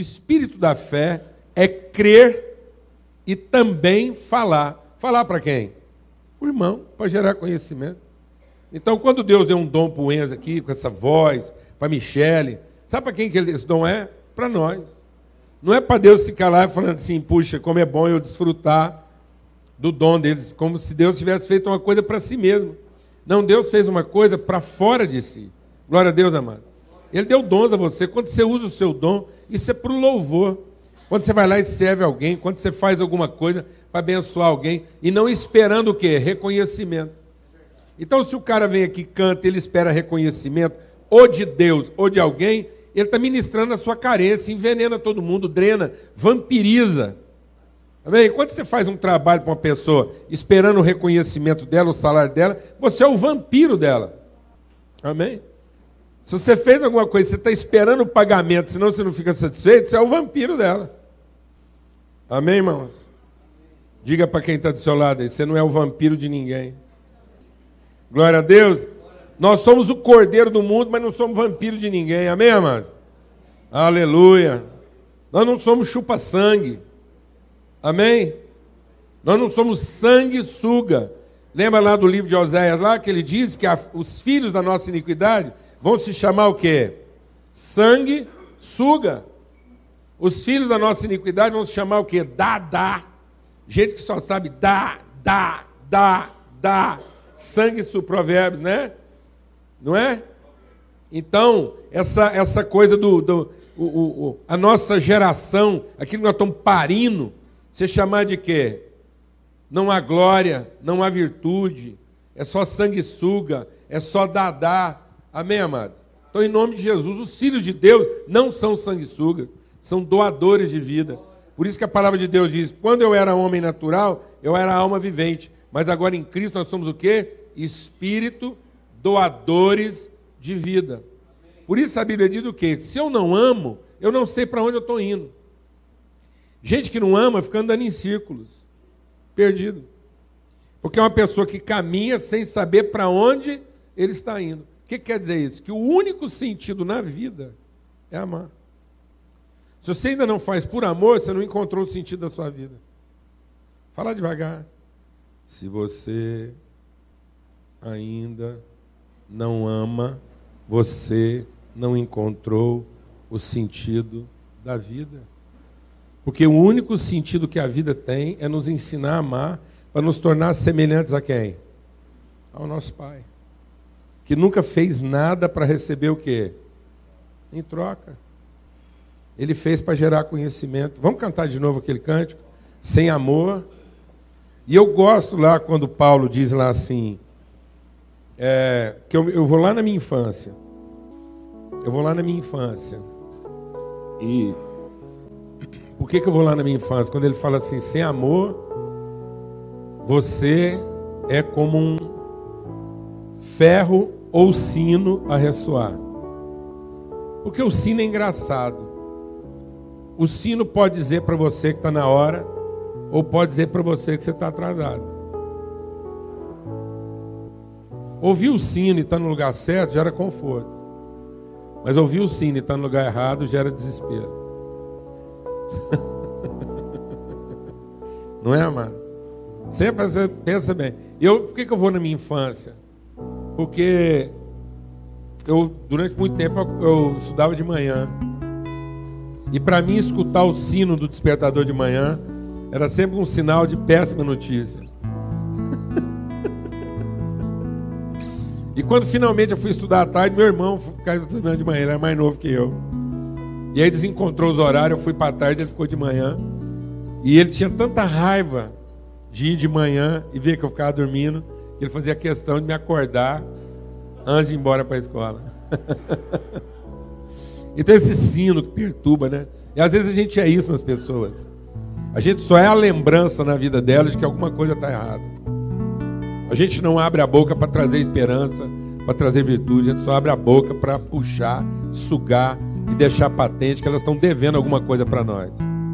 espírito da fé é crer e também falar. Falar para quem? O irmão, para gerar conhecimento. Então, quando Deus deu um dom para o Enzo aqui, com essa voz, para a Michele, sabe para quem que esse dom é? Para nós. Não é para Deus ficar lá falando assim, puxa, como é bom eu desfrutar do dom deles, como se Deus tivesse feito uma coisa para si mesmo. Não, Deus fez uma coisa para fora de si. Glória a Deus, amado. Ele deu dons a você. Quando você usa o seu dom, isso é para o louvor. Quando você vai lá e serve alguém, quando você faz alguma coisa para abençoar alguém, e não esperando o quê? Reconhecimento. Então, se o cara vem aqui e canta, ele espera reconhecimento, ou de Deus, ou de alguém, ele está ministrando a sua carência, envenena todo mundo, drena, vampiriza. Amém? Quando você faz um trabalho para uma pessoa, esperando o reconhecimento dela, o salário dela, você é o vampiro dela. Amém? Se você fez alguma coisa, você está esperando o pagamento, senão você não fica satisfeito, você é o vampiro dela. Amém, irmãos? Diga para quem está do seu lado aí, você não é o vampiro de ninguém. Glória a Deus. Nós somos o cordeiro do mundo, mas não somos vampiro de ninguém. Amém, amado? Aleluia. Nós não somos chupa-sangue. Amém? Nós não somos sanguessuga. Lembra lá do livro de Oséias, lá que ele diz que os filhos da nossa iniquidade vão se chamar o quê? Sanguessuga. Os filhos da nossa iniquidade vão se chamar o quê? Dá. Gente que só sabe dá. Sanguessuga, provérbios, né? Não é? Então, essa coisa a nossa geração, aquilo que nós estamos parindo, você chamar de quê? Não há glória, não há virtude, é só sanguessuga, é só dá. Amém, amados? Então, em nome de Jesus, os filhos de Deus não são sanguessugas, são doadores de vida. Por isso que a palavra de Deus diz, quando eu era homem natural, eu era alma vivente, mas agora em Cristo nós somos o quê? Espírito doadores de vida. Por isso a Bíblia diz o quê? Se eu não amo, eu não sei para onde eu estou indo. Gente que não ama fica andando em círculos, perdido. Porque é uma pessoa que caminha sem saber para onde ele está indo. O que quer dizer isso? Que o único sentido na vida é amar. Se você ainda não faz por amor, você não encontrou o sentido da sua vida. Fala devagar. Se você ainda não ama, você não encontrou o sentido da vida. Porque o único sentido que a vida tem é nos ensinar a amar, para nos tornar semelhantes a quem? Ao nosso Pai. Que nunca fez nada para receber o quê? Em troca. Ele fez para gerar conhecimento. Vamos cantar de novo aquele cântico? Sem amor. E eu gosto lá quando Paulo diz lá assim, que eu vou lá na minha infância. Eu vou lá na minha infância. E por que eu vou lá na minha infância? Quando ele fala assim, sem amor, você é como um ferro ou sino a ressoar. Porque o sino é engraçado. O sino pode dizer para você que está na hora, ou pode dizer para você que você está atrasado. Ouvir o sino e estar no lugar certo gera conforto. Mas ouvir o sino e estar no lugar errado gera desespero. Não é, amado? Sempre você pensa bem. Por que eu vou na minha infância? Porque durante muito tempo, eu estudava de manhã. E para mim, escutar o sino do despertador de manhã era sempre um sinal de péssima notícia. E quando finalmente eu fui estudar à tarde, meu irmão ficava estudando de manhã, ele era mais novo que eu. E aí desencontrou os horários, eu fui para a tarde, ele ficou de manhã. E ele tinha tanta raiva de ir de manhã e ver que eu ficava dormindo, que ele fazia questão de me acordar antes de ir embora para a escola. Então esse sino que perturba, né? E às vezes a gente é isso nas pessoas. A gente só é a lembrança na vida delas de que alguma coisa está errada. A gente não abre a boca para trazer esperança, para trazer virtude. A gente só abre a boca para puxar, sugar e deixar patente que elas estão devendo alguma coisa para nós.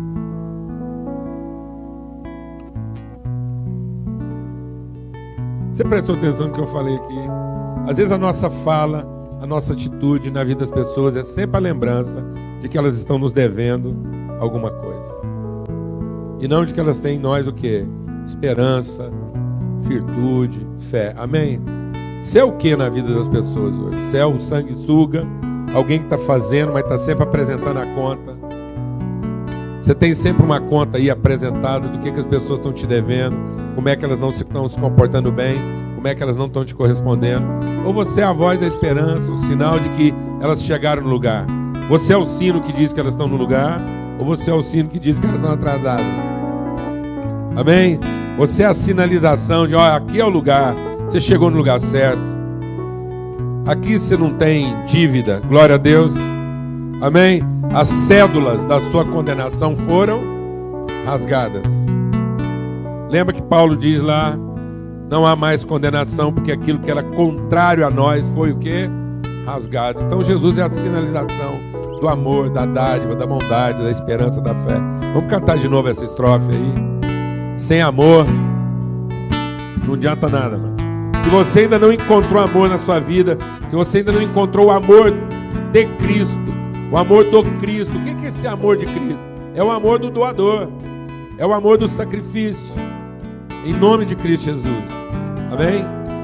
Você prestou atenção no que eu falei aqui? Às vezes a nossa fala, a nossa atitude na vida das pessoas é sempre a lembrança de que elas estão nos devendo alguma coisa. E não de que elas têm em nós o quê? Esperança, virtude, fé. Amém? Você é o que na vida das pessoas hoje? Você é o sanguessuga, alguém que está fazendo, mas está sempre apresentando a conta. Você tem sempre uma conta aí apresentada do que as pessoas estão te devendo, como é que elas não estão se comportando bem, como é que elas não estão te correspondendo. Ou você é a voz da esperança, o sinal de que elas chegaram no lugar. Você é o sino que diz que elas estão no lugar, ou você é o sino que diz que elas estão atrasadas. Amém? Você é a sinalização de, ó, aqui é o lugar, você chegou no lugar certo. Aqui você não tem dívida, glória a Deus. Amém? As cédulas da sua condenação foram rasgadas. Lembra que Paulo diz lá, não há mais condenação, porque aquilo que era contrário a nós foi o quê? Rasgado. Então Jesus é a sinalização do amor, da dádiva, da bondade, da esperança, da fé. Vamos cantar de novo essa estrofe aí. Sem amor, não adianta nada, mano. Se você ainda não encontrou amor na sua vida, se você ainda não encontrou o amor de Cristo, o amor do Cristo, o que é esse amor de Cristo? É o amor do doador, é o amor do sacrifício, em nome de Cristo Jesus. Amém?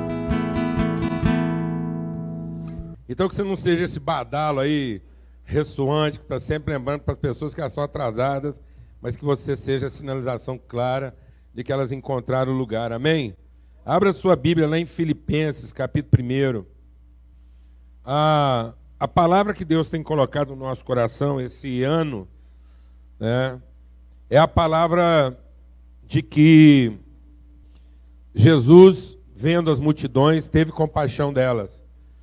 Então que você não seja esse badalo aí, ressoante, que está sempre lembrando para as pessoas que elas estão atrasadas, mas que você seja a sinalização clara de que elas encontraram o lugar. Amém? Abra sua Bíblia lá em Filipenses, capítulo 1. A palavra que Deus tem colocado no nosso coração esse ano, né, é a palavra de que Jesus, vendo as multidões, teve compaixão delas.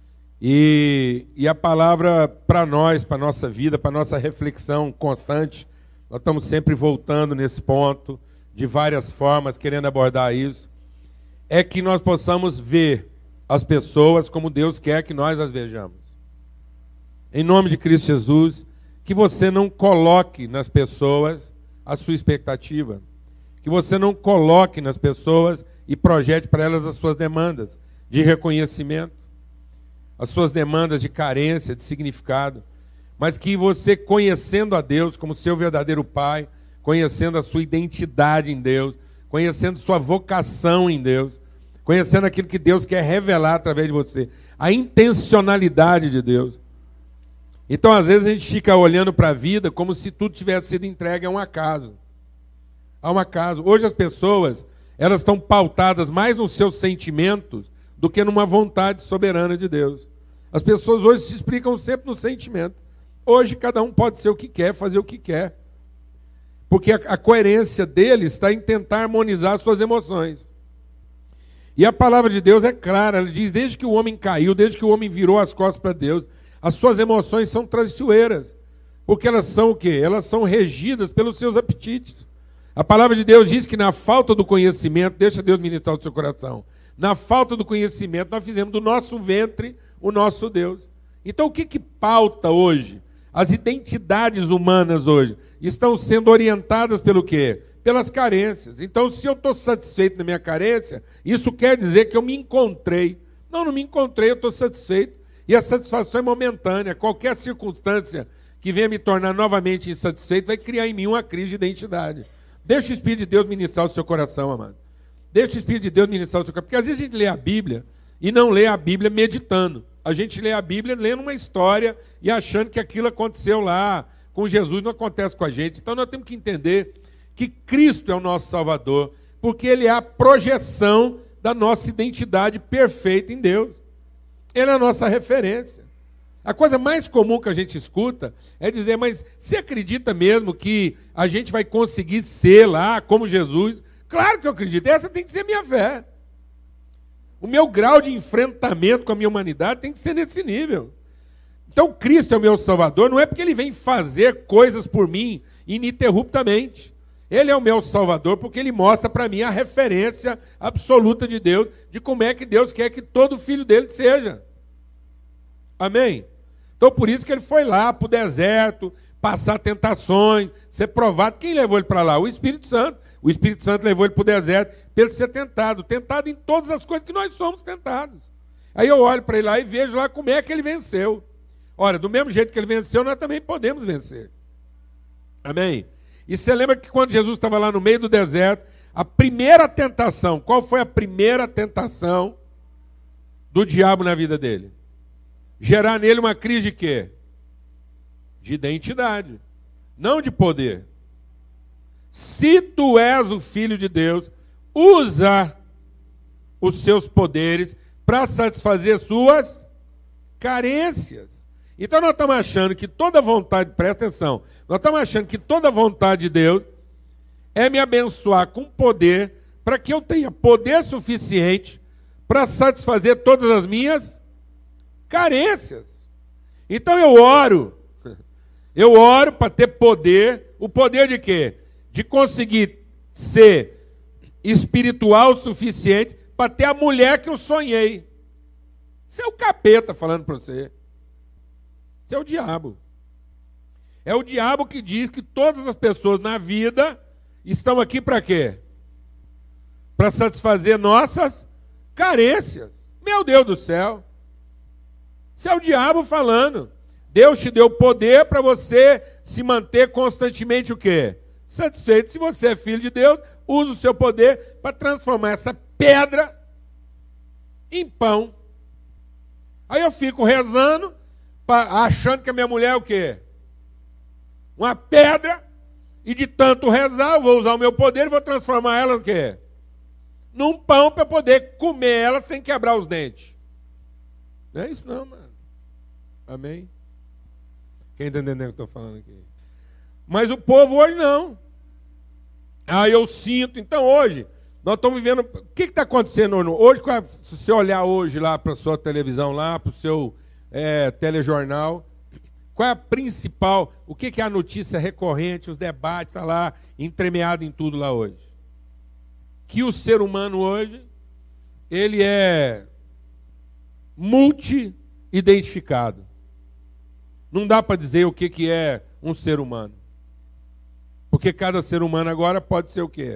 E a palavra para nós, para a nossa vida, para a nossa reflexão constante, nós estamos sempre voltando nesse ponto, de várias formas, querendo abordar isso, é que nós possamos ver as pessoas como Deus quer que nós as vejamos. Em nome de Cristo Jesus, que você não coloque nas pessoas a sua expectativa, que você não coloque nas pessoas e projete para elas as suas demandas de reconhecimento, as suas demandas de carência, de significado, mas que você, conhecendo a Deus como seu verdadeiro Pai, conhecendo a sua identidade em Deus, conhecendo sua vocação em Deus, conhecendo aquilo que Deus quer revelar através de você, a intencionalidade de Deus. Então, às vezes, a gente fica olhando para a vida como se tudo tivesse sido entregue a um acaso. A um acaso. Hoje as pessoas, elas estão pautadas mais nos seus sentimentos do que numa vontade soberana de Deus. As pessoas hoje se explicam sempre no sentimento. Hoje cada um pode ser o que quer, fazer o que quer. Porque a coerência deles está em tentar harmonizar suas emoções. E a palavra de Deus é clara, ela diz, desde que o homem caiu, desde que o homem virou as costas para Deus, as suas emoções são traiçoeiras. Porque elas são o quê? Elas são regidas pelos seus apetites. A palavra de Deus diz que na falta do conhecimento, deixa Deus ministrar o seu coração, na falta do conhecimento, nós fizemos do nosso ventre o nosso Deus. Então o que pauta hoje? As identidades humanas hoje estão sendo orientadas pelo quê? Pelas carências. Então, se eu estou satisfeito na minha carência, isso quer dizer que eu me encontrei. Não me encontrei, eu estou satisfeito. E a satisfação é momentânea. Qualquer circunstância que venha me tornar novamente insatisfeito vai criar em mim uma crise de identidade. Deixa o Espírito de Deus ministrar o seu coração, amado. Deixa o Espírito de Deus ministrar o seu coração. Porque às vezes a gente lê a Bíblia e não lê a Bíblia meditando. A gente lê a Bíblia lendo uma história e achando que aquilo aconteceu lá com Jesus, não acontece com a gente. Então nós temos que entender que Cristo é o nosso Salvador, porque Ele é a projeção da nossa identidade perfeita em Deus. Ele é a nossa referência. A coisa mais comum que a gente escuta é dizer, mas você acredita mesmo que a gente vai conseguir ser lá como Jesus? Claro que eu acredito, essa tem que ser a minha fé. O meu grau de enfrentamento com a minha humanidade tem que ser nesse nível. Então Cristo é o meu Salvador, não é porque Ele vem fazer coisas por mim ininterruptamente. Ele é o meu Salvador porque Ele mostra para mim a referência absoluta de Deus, de como é que Deus quer que todo filho dele seja. Amém? Então por isso que Ele foi lá para o deserto, passar tentações, ser provado. Quem levou Ele para lá? O Espírito Santo. O Espírito Santo levou Ele para o deserto para Ele ser tentado em todas as coisas que nós somos tentados. Aí eu olho para Ele lá e vejo lá como é que Ele venceu. Ora, do mesmo jeito que ele venceu, nós também podemos vencer. Amém? E você lembra que quando Jesus estava lá no meio do deserto, a primeira tentação, qual foi a primeira tentação do diabo na vida dele? Gerar nele uma crise de quê? De identidade, não de poder. Se tu és o Filho de Deus, usa os seus poderes para satisfazer suas carências. Então nós estamos achando que toda vontade, presta atenção, nós estamos achando que toda vontade de Deus é me abençoar com poder para que eu tenha poder suficiente para satisfazer todas as minhas carências. Então eu oro para ter poder, o poder de quê? De conseguir ser espiritual o suficiente para ter a mulher que eu sonhei. Isso é o capeta falando para você. Isso é o diabo. É o diabo que diz que todas as pessoas na vida estão aqui para quê? Para satisfazer nossas carências. Meu Deus do céu. Isso é o diabo falando. Deus te deu poder para você se manter constantemente o quê? Satisfeito. Se você é filho de Deus, use o seu poder para transformar essa pedra em pão. Aí eu fico rezando, achando que a minha mulher é o quê? Uma pedra, e de tanto rezar, eu vou usar o meu poder e vou transformar ela no quê? Num pão para poder comer ela sem quebrar os dentes. Não é isso não, mano. Amém? Quem está entendendo o que eu estou falando aqui? Mas o povo hoje não. Eu sinto. Então hoje, nós estamos vivendo... O que está acontecendo hoje? Se você olhar hoje lá para a sua televisão, lá para o seu telejornal, qual é a principal... O que é a notícia recorrente, os debates, está lá, entremeado em tudo lá hoje? Que o ser humano hoje, ele é multi-identificado. Não dá para dizer o que é um ser humano. Porque cada ser humano agora pode ser o quê?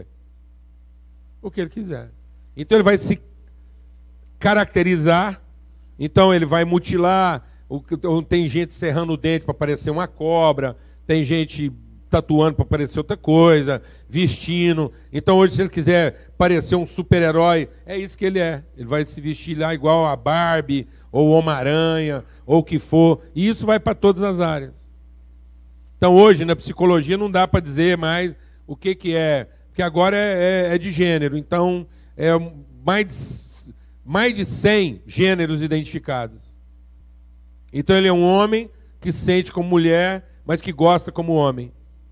O que ele quiser. Então ele vai se caracterizar, então ele vai mutilar, tem gente serrando o dente para parecer uma cobra, tem gente tatuando para parecer outra coisa, vestindo. Então hoje, se ele quiser parecer um super-herói, é isso que ele é. Ele vai se vestir lá igual a Barbie, ou Homem-Aranha, ou o que for. E isso vai para todas as áreas. Então hoje, na psicologia, não dá para dizer mais o que é, porque agora é de gênero. Então, é mais de 100 gêneros identificados. Então ele é um homem que sente como mulher, mas que gosta como homem.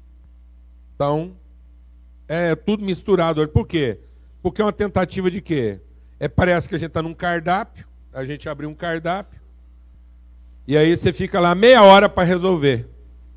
Então, é tudo misturado hoje. Por quê? Porque é uma tentativa de quê? Parece que a gente está num cardápio, a gente abriu um cardápio, e aí você fica lá meia hora para resolver.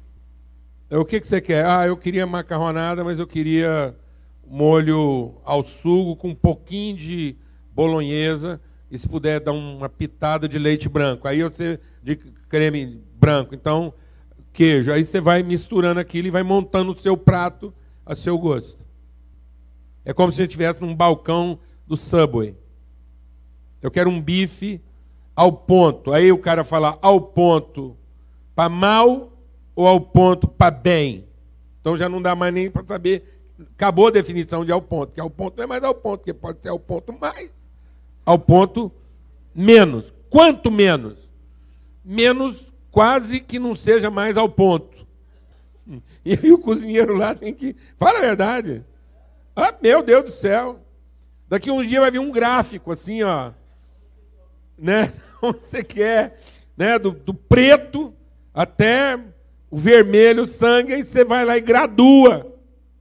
O que você quer? Eu queria macarronada, mas eu queria molho ao sugo com um pouquinho de bolonhesa, e se puder dar uma pitada de leite branco. Aí você de creme branco. Então, queijo. Aí você vai misturando aquilo e vai montando o seu prato a seu gosto. É como se a gente estivesse num balcão do Subway. Eu quero um bife ao ponto. Aí o cara fala ao ponto para mal ou ao ponto para bem. Então já não dá mais nem para saber. Acabou a definição de ao ponto. Que ao ponto não é mais ao ponto, porque pode ser ao ponto mais, ao ponto menos. Quanto menos? Menos quase que não seja mais ao ponto. E aí o cozinheiro lá tem que... Fala a verdade. Meu Deus do céu. Daqui um dia vai vir um gráfico assim, ó. Né? Onde você quer, né? Do preto até o vermelho, o sangue, aí você vai lá e gradua.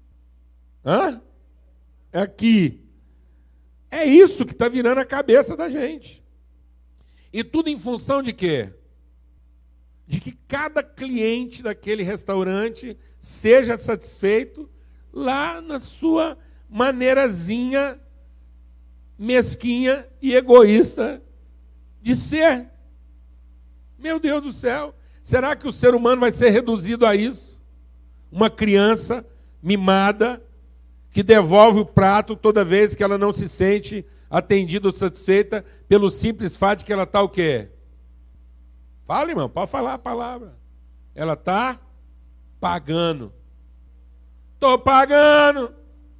Aqui. É isso que está virando a cabeça da gente. E tudo em função de quê? De que cada cliente daquele restaurante seja satisfeito lá na sua maneirazinha mesquinha e egoísta de ser. Meu Deus do céu, será que o ser humano vai ser reduzido a isso? Uma criança mimada que devolve o prato toda vez que ela não se sente atendida ou satisfeita pelo simples fato de que ela está o quê? Fala, irmão, pode falar a palavra. Ela está pagando. Estou pagando.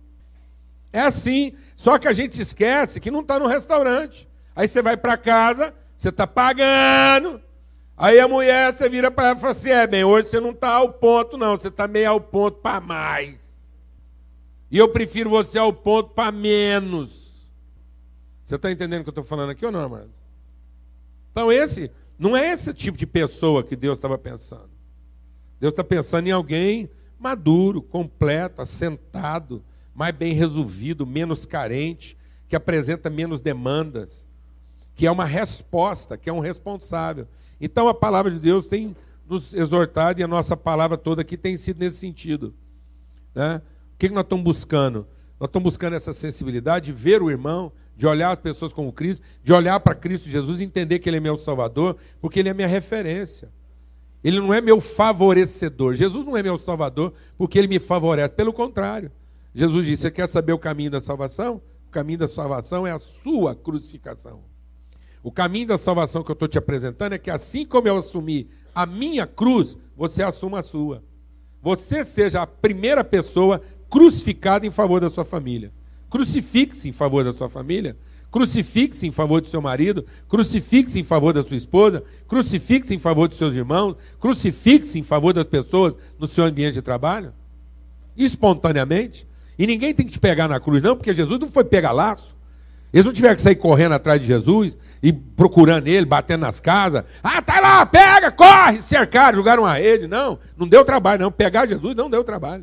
É assim. Só que a gente esquece que não está no restaurante. Aí você vai para casa, você está pagando. Aí a mulher, você vira para ela e fala assim, bem, hoje você não está ao ponto não, você está meio ao ponto para mais. E eu prefiro você ao ponto para menos. Você está entendendo o que eu estou falando aqui ou não, amado? Então não é esse tipo de pessoa que Deus estava pensando. Deus está pensando em alguém maduro, completo, assentado, mais bem resolvido, menos carente, que apresenta menos demandas, que é uma resposta, que é um responsável. Então a palavra de Deus tem nos exortado e a nossa palavra toda aqui tem sido nesse sentido. Né? O que nós estamos buscando? Nós estamos buscando essa sensibilidade de ver o irmão, de olhar as pessoas como Cristo, de olhar para Cristo Jesus e entender que Ele é meu Salvador, porque Ele é minha referência. Ele não é meu favorecedor. Jesus não é meu Salvador porque Ele me favorece. Pelo contrário. Jesus disse, você quer saber o caminho da salvação? O caminho da salvação é a sua crucificação. O caminho da salvação que eu estou te apresentando é que assim como eu assumi a minha cruz, você assuma a sua. Você seja a primeira pessoa crucificada em favor da sua família. Crucifique-se em favor da sua família. Crucifique-se em favor do seu marido. Crucifique-se em favor da sua esposa. Crucifique-se em favor dos seus irmãos. Crucifique-se em favor das pessoas no seu ambiente de trabalho. Espontaneamente. E ninguém tem que te pegar na cruz, não, porque Jesus não foi pegar laço. Eles não tiveram que sair correndo atrás de Jesus e procurando ele, batendo nas casas. Ah, tá lá, pega, corre, cercaram, jogaram uma rede. Não deu trabalho, não. Pegar Jesus não deu trabalho.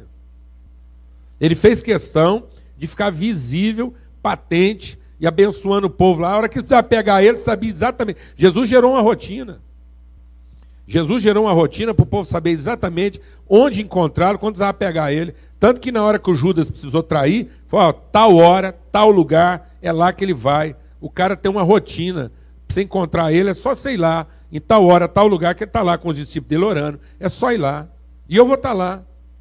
Ele fez questão de ficar visível, patente e abençoando o povo lá. A hora que precisava pegar ele, sabia exatamente. Jesus gerou uma rotina. Jesus gerou uma rotina para o povo saber exatamente onde encontrá-lo, quando precisava pegar ele. Tanto que na hora que o Judas precisou trair, falou, tal hora, tal lugar, é lá que ele vai. O cara tem uma rotina. Para você encontrar ele, é só você ir lá, em tal hora, tal lugar, que ele está lá com os discípulos dele orando. É só ir lá. E eu vou estar lá.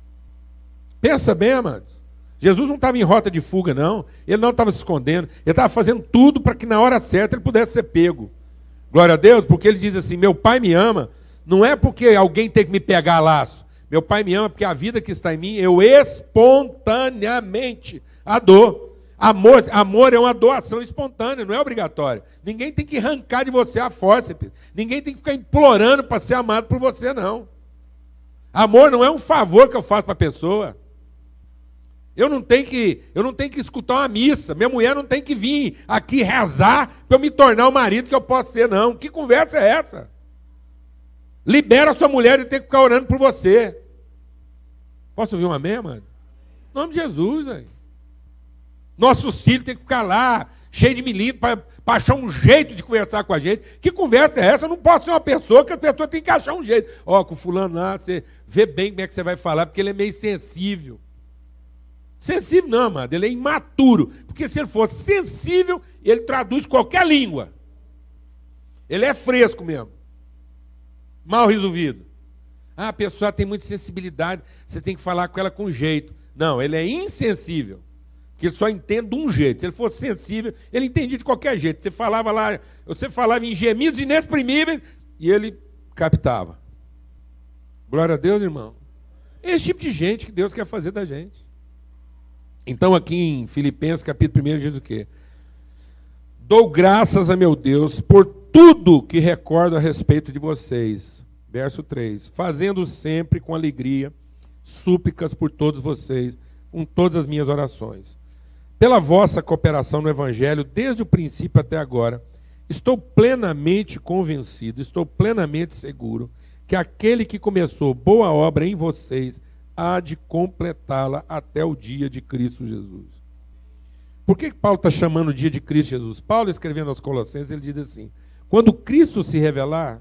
Pensa bem, amados. Jesus não estava em rota de fuga, não. Ele não estava se escondendo. Ele estava fazendo tudo para que na hora certa ele pudesse ser pego. Glória a Deus, porque ele diz assim, meu Pai me ama, não é porque alguém tem que me pegar a laço. Meu Pai me ama porque a vida que está em mim, eu espontaneamente a dou. Amor é uma doação espontânea, não é obrigatória. Ninguém tem que arrancar de você a força. Ninguém tem que ficar implorando para ser amado por você, não. Amor não é um favor que eu faço para a pessoa. Eu não tenho que escutar uma missa. Minha mulher não tem que vir aqui rezar para eu me tornar o marido que eu posso ser, não. Que conversa é essa? Libera a sua mulher de ter que ficar orando por você. Posso ouvir um amém, mano? Em nome de Jesus, aí. Nossos filhos têm que ficar lá, cheio de milímetros, para achar um jeito de conversar com a gente. Que conversa é essa? Eu não posso ser uma pessoa que a pessoa tem que achar um jeito. Ó, com o fulano lá, você vê bem como é que você vai falar, porque ele é meio sensível. Sensível não, amado, ele é imaturo. Porque se ele fosse sensível, ele traduz qualquer língua. Ele é fresco mesmo. Mal resolvido. Ah, a pessoa tem muita sensibilidade, você tem que falar com ela com jeito. Não, ele é insensível. Que ele só entende de um jeito. Se ele fosse sensível, ele entendia de qualquer jeito. Você falava em gemidos inexprimíveis e ele captava. Glória a Deus, irmão. É esse tipo de gente que Deus quer fazer da gente. Então aqui em Filipenses capítulo 1 diz o quê? Dou graças a meu Deus por tudo que recordo a respeito de vocês. Verso 3. Fazendo sempre com alegria súplicas por todos vocês, com todas as minhas orações. Pela vossa cooperação no Evangelho, desde o princípio até agora, estou plenamente convencido, estou plenamente seguro que aquele que começou boa obra em vocês há de completá-la até o dia de Cristo Jesus. Por que Paulo está chamando o dia de Cristo Jesus? Paulo, escrevendo aos Colossenses, ele diz assim, quando Cristo se revelar,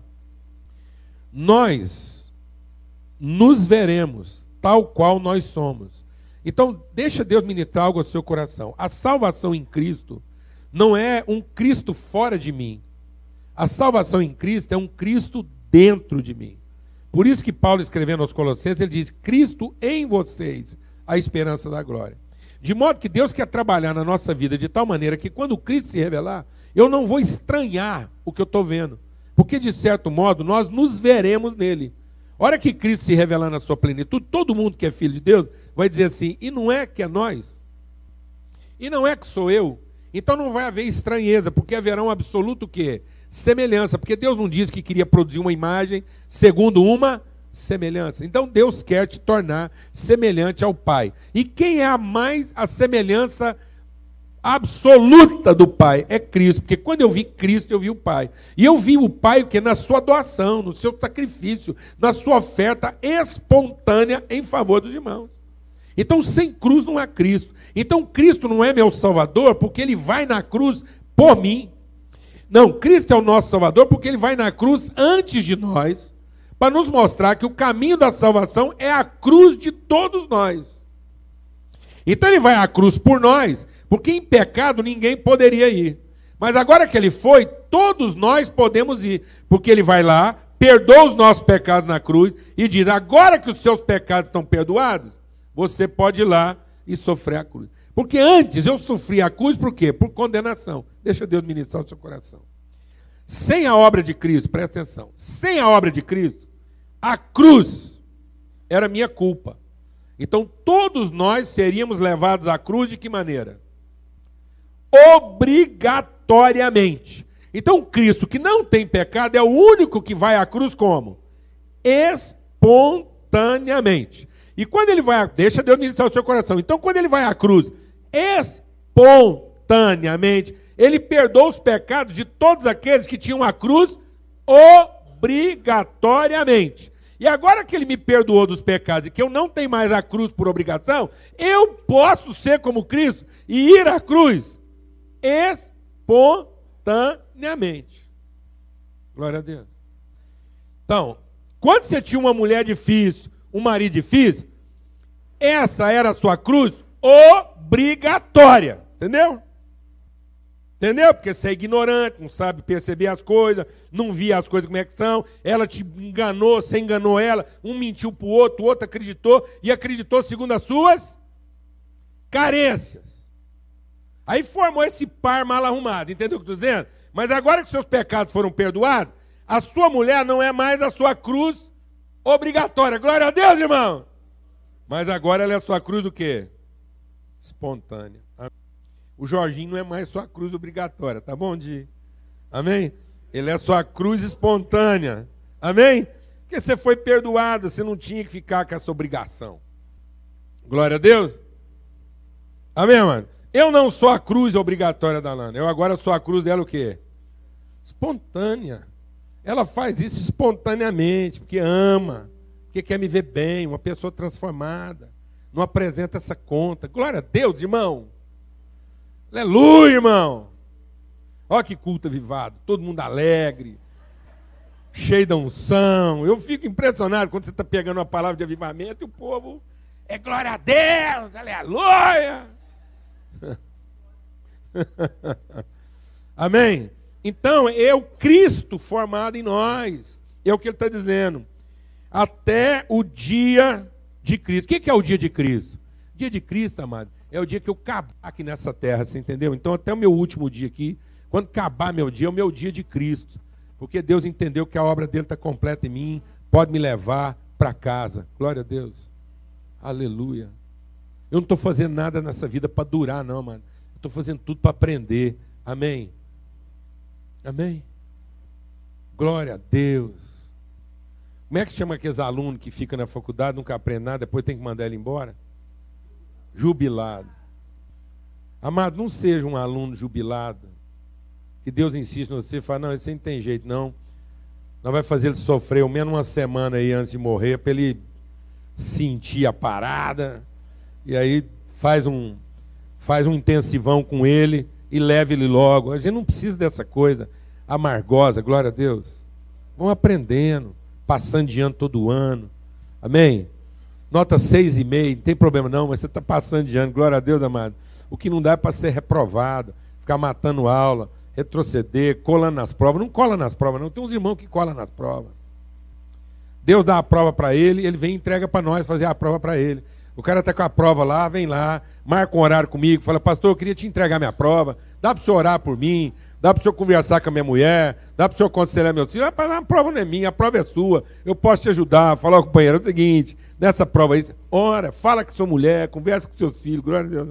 nós nos veremos tal qual nós somos. Então, deixa Deus ministrar algo ao seu coração. A salvação em Cristo não é um Cristo fora de mim. A salvação em Cristo é um Cristo dentro de mim. Por isso que Paulo, escrevendo aos Colossenses, ele diz, Cristo em vocês, a esperança da glória. De modo que Deus quer trabalhar na nossa vida de tal maneira que quando Cristo se revelar, eu não vou estranhar o que eu estou vendo. Porque, de certo modo, nós nos veremos nele. A hora que Cristo se revelar na sua plenitude, todo mundo que é filho de Deus vai dizer assim, e não é que é nós? E não é que sou eu? Então não vai haver estranheza, porque haverá um absoluto o quê? Semelhança, porque Deus não disse que queria produzir uma imagem segundo uma semelhança. Então Deus quer te tornar semelhante ao Pai. E quem é a semelhança absoluta do Pai? É Cristo, porque quando eu vi Cristo, eu vi o Pai. E eu vi o Pai que na sua doação, no seu sacrifício, na sua oferta espontânea em favor dos irmãos. Então sem cruz não há Cristo. Então Cristo não é meu Salvador porque Ele vai na cruz por mim. Não, Cristo é o nosso Salvador porque Ele vai na cruz antes de nós, para nos mostrar que o caminho da salvação é a cruz de todos nós. Então Ele vai à cruz por nós, porque em pecado ninguém poderia ir. Mas agora que Ele foi, todos nós podemos ir, porque Ele vai lá, perdoa os nossos pecados na cruz e diz, agora que os seus pecados estão perdoados, você pode ir lá e sofrer a cruz. Porque antes eu sofri a cruz por quê? Por condenação. Deixa Deus ministrar o seu coração. Sem a obra de Cristo, presta atenção, sem a obra de Cristo, a cruz era minha culpa. Então todos nós seríamos levados à cruz de que maneira? Obrigatoriamente. Então Cristo, que não tem pecado, é o único que vai à cruz como? Espontaneamente. E quando ele vai, deixa Deus ministrar o seu coração. Então, quando ele vai à cruz, espontaneamente, ele perdoa os pecados de todos aqueles que tinham a cruz obrigatoriamente. E agora que ele me perdoou dos pecados e que eu não tenho mais a cruz por obrigação, eu posso ser como Cristo e ir à cruz espontaneamente. Glória a Deus. Então, quando você tinha uma mulher difícil, um marido difícil, essa era a sua cruz obrigatória, entendeu? Entendeu? Porque você é ignorante, não sabe perceber as coisas, não via as coisas como é que são, ela te enganou, você enganou ela, um mentiu para o outro acreditou, e acreditou segundo as suas carências. Aí formou esse par mal arrumado, entendeu o que eu estou dizendo? Mas agora que seus pecados foram perdoados, a sua mulher não é mais a sua cruz obrigatória. Glória a Deus, irmão. Mas agora ela é a sua cruz do quê? Espontânea. O Jorginho não é mais sua cruz obrigatória, tá bom, Di? Amém? Ele é a sua cruz espontânea. Amém? Porque você foi perdoado, você não tinha que ficar com essa obrigação. Glória a Deus. Amém, mano? Eu não sou a cruz obrigatória da Lana. Eu agora sou a cruz dela o quê? Espontânea. Ela faz isso espontaneamente, porque ama, porque quer me ver bem, uma pessoa transformada. Não apresenta essa conta. Glória a Deus, irmão. Aleluia, irmão. Olha que culto avivado, todo mundo alegre, cheio da unção. Eu fico impressionado quando você está pegando uma palavra de avivamento e o povo é glória a Deus, aleluia. Amém? Então, é o Cristo formado em nós. É o que ele está dizendo. Até o dia de Cristo. O que é o dia de Cristo? O dia de Cristo, amado, é o dia que eu acabar aqui nessa terra, você entendeu? Então, até o meu último dia aqui, quando acabar meu dia, é o meu dia de Cristo. Porque Deus entendeu que a obra dele está completa em mim, pode me levar para casa. Glória a Deus. Aleluia. Eu não estou fazendo nada nessa vida para durar, não, mano. Eu estou fazendo tudo para aprender. Amém? Amém? Glória a Deus. Como é que chama aqueles alunos que ficam na faculdade, nunca aprendem nada, depois tem que mandar ele embora? Jubilado. Amado, não seja um aluno jubilado, que Deus insiste em você e fala, não, esse aí não tem jeito, não. Nós vai fazer ele sofrer ao menos uma semana aí antes de morrer, para ele sentir a parada, e aí faz um intensivão com ele, e leve ele logo. A gente não precisa dessa coisa amargosa, glória a Deus. Vão aprendendo, passando de ano todo ano. Amém? Nota 6,5, não tem problema não, mas você está passando de ano, glória a Deus, amado. O que não dá é para ser reprovado, ficar matando aula, retroceder, colando nas provas. Não cola nas provas não, tem uns irmãos que colam nas provas. Deus dá a prova para ele, ele vem e entrega para nós fazer a prova para ele. O cara está com a prova lá, vem lá, marca um horário comigo, fala, pastor, eu queria te entregar minha prova, dá para você orar por mim, dá para o senhor conversar com a minha mulher, dá para o senhor aconselhar meus filhos. A prova não é minha, a prova é sua. Eu posso te ajudar, falar com o companheiro, é o seguinte, nessa prova aí, ora, fala com sua mulher, conversa com seus filhos, glória a Deus.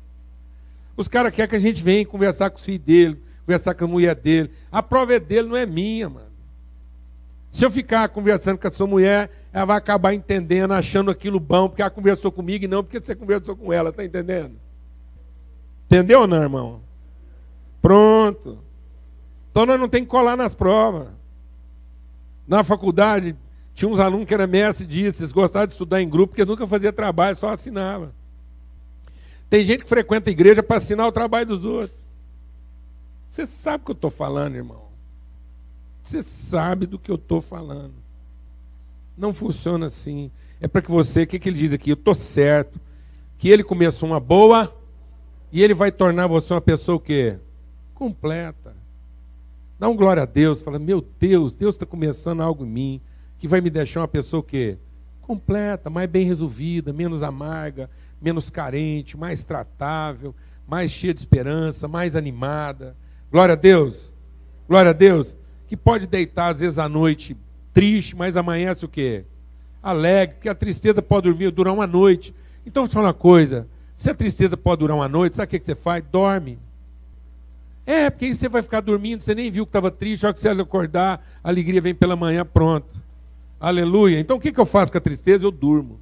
Os caras querem que a gente venha conversar com os filhos dele, conversar com a mulher dele. A prova é dele, não é minha, mano. Se eu ficar conversando com a sua mulher, ela vai acabar entendendo, achando aquilo bom, porque ela conversou comigo e não porque você conversou com ela, tá entendendo? Entendeu ou não, irmão? Pronto. Então nós não tem que colar nas provas. Na faculdade, tinha uns alunos que eram mestre disso, eles gostavam de estudar em grupo, porque nunca fazia trabalho, só assinava. Tem gente que frequenta a igreja para assinar o trabalho dos outros. Você sabe o que eu estou falando, irmão? Você sabe do que eu estou falando. Não funciona assim. É para que você, o que ele diz aqui? Eu estou certo, que ele começou uma boa e ele vai tornar você uma pessoa o quê? Completa. Dá um glória a Deus, fala, meu Deus, Deus está começando algo em mim, que vai me deixar uma pessoa o quê? Completa, mais bem resolvida, menos amarga, menos carente, mais tratável, mais cheia de esperança, mais animada. Glória a Deus. Glória a Deus. Que pode deitar às vezes à noite triste, mas amanhece o quê? Alegre, porque a tristeza pode durar uma noite. Então, vou falar uma coisa, se a tristeza pode durar uma noite, sabe o que você faz? Dorme. Porque aí você vai ficar dormindo, você nem viu que estava triste, só que você acordar, a alegria vem pela manhã, pronto. Aleluia. Então, o que eu faço com a tristeza? Eu durmo.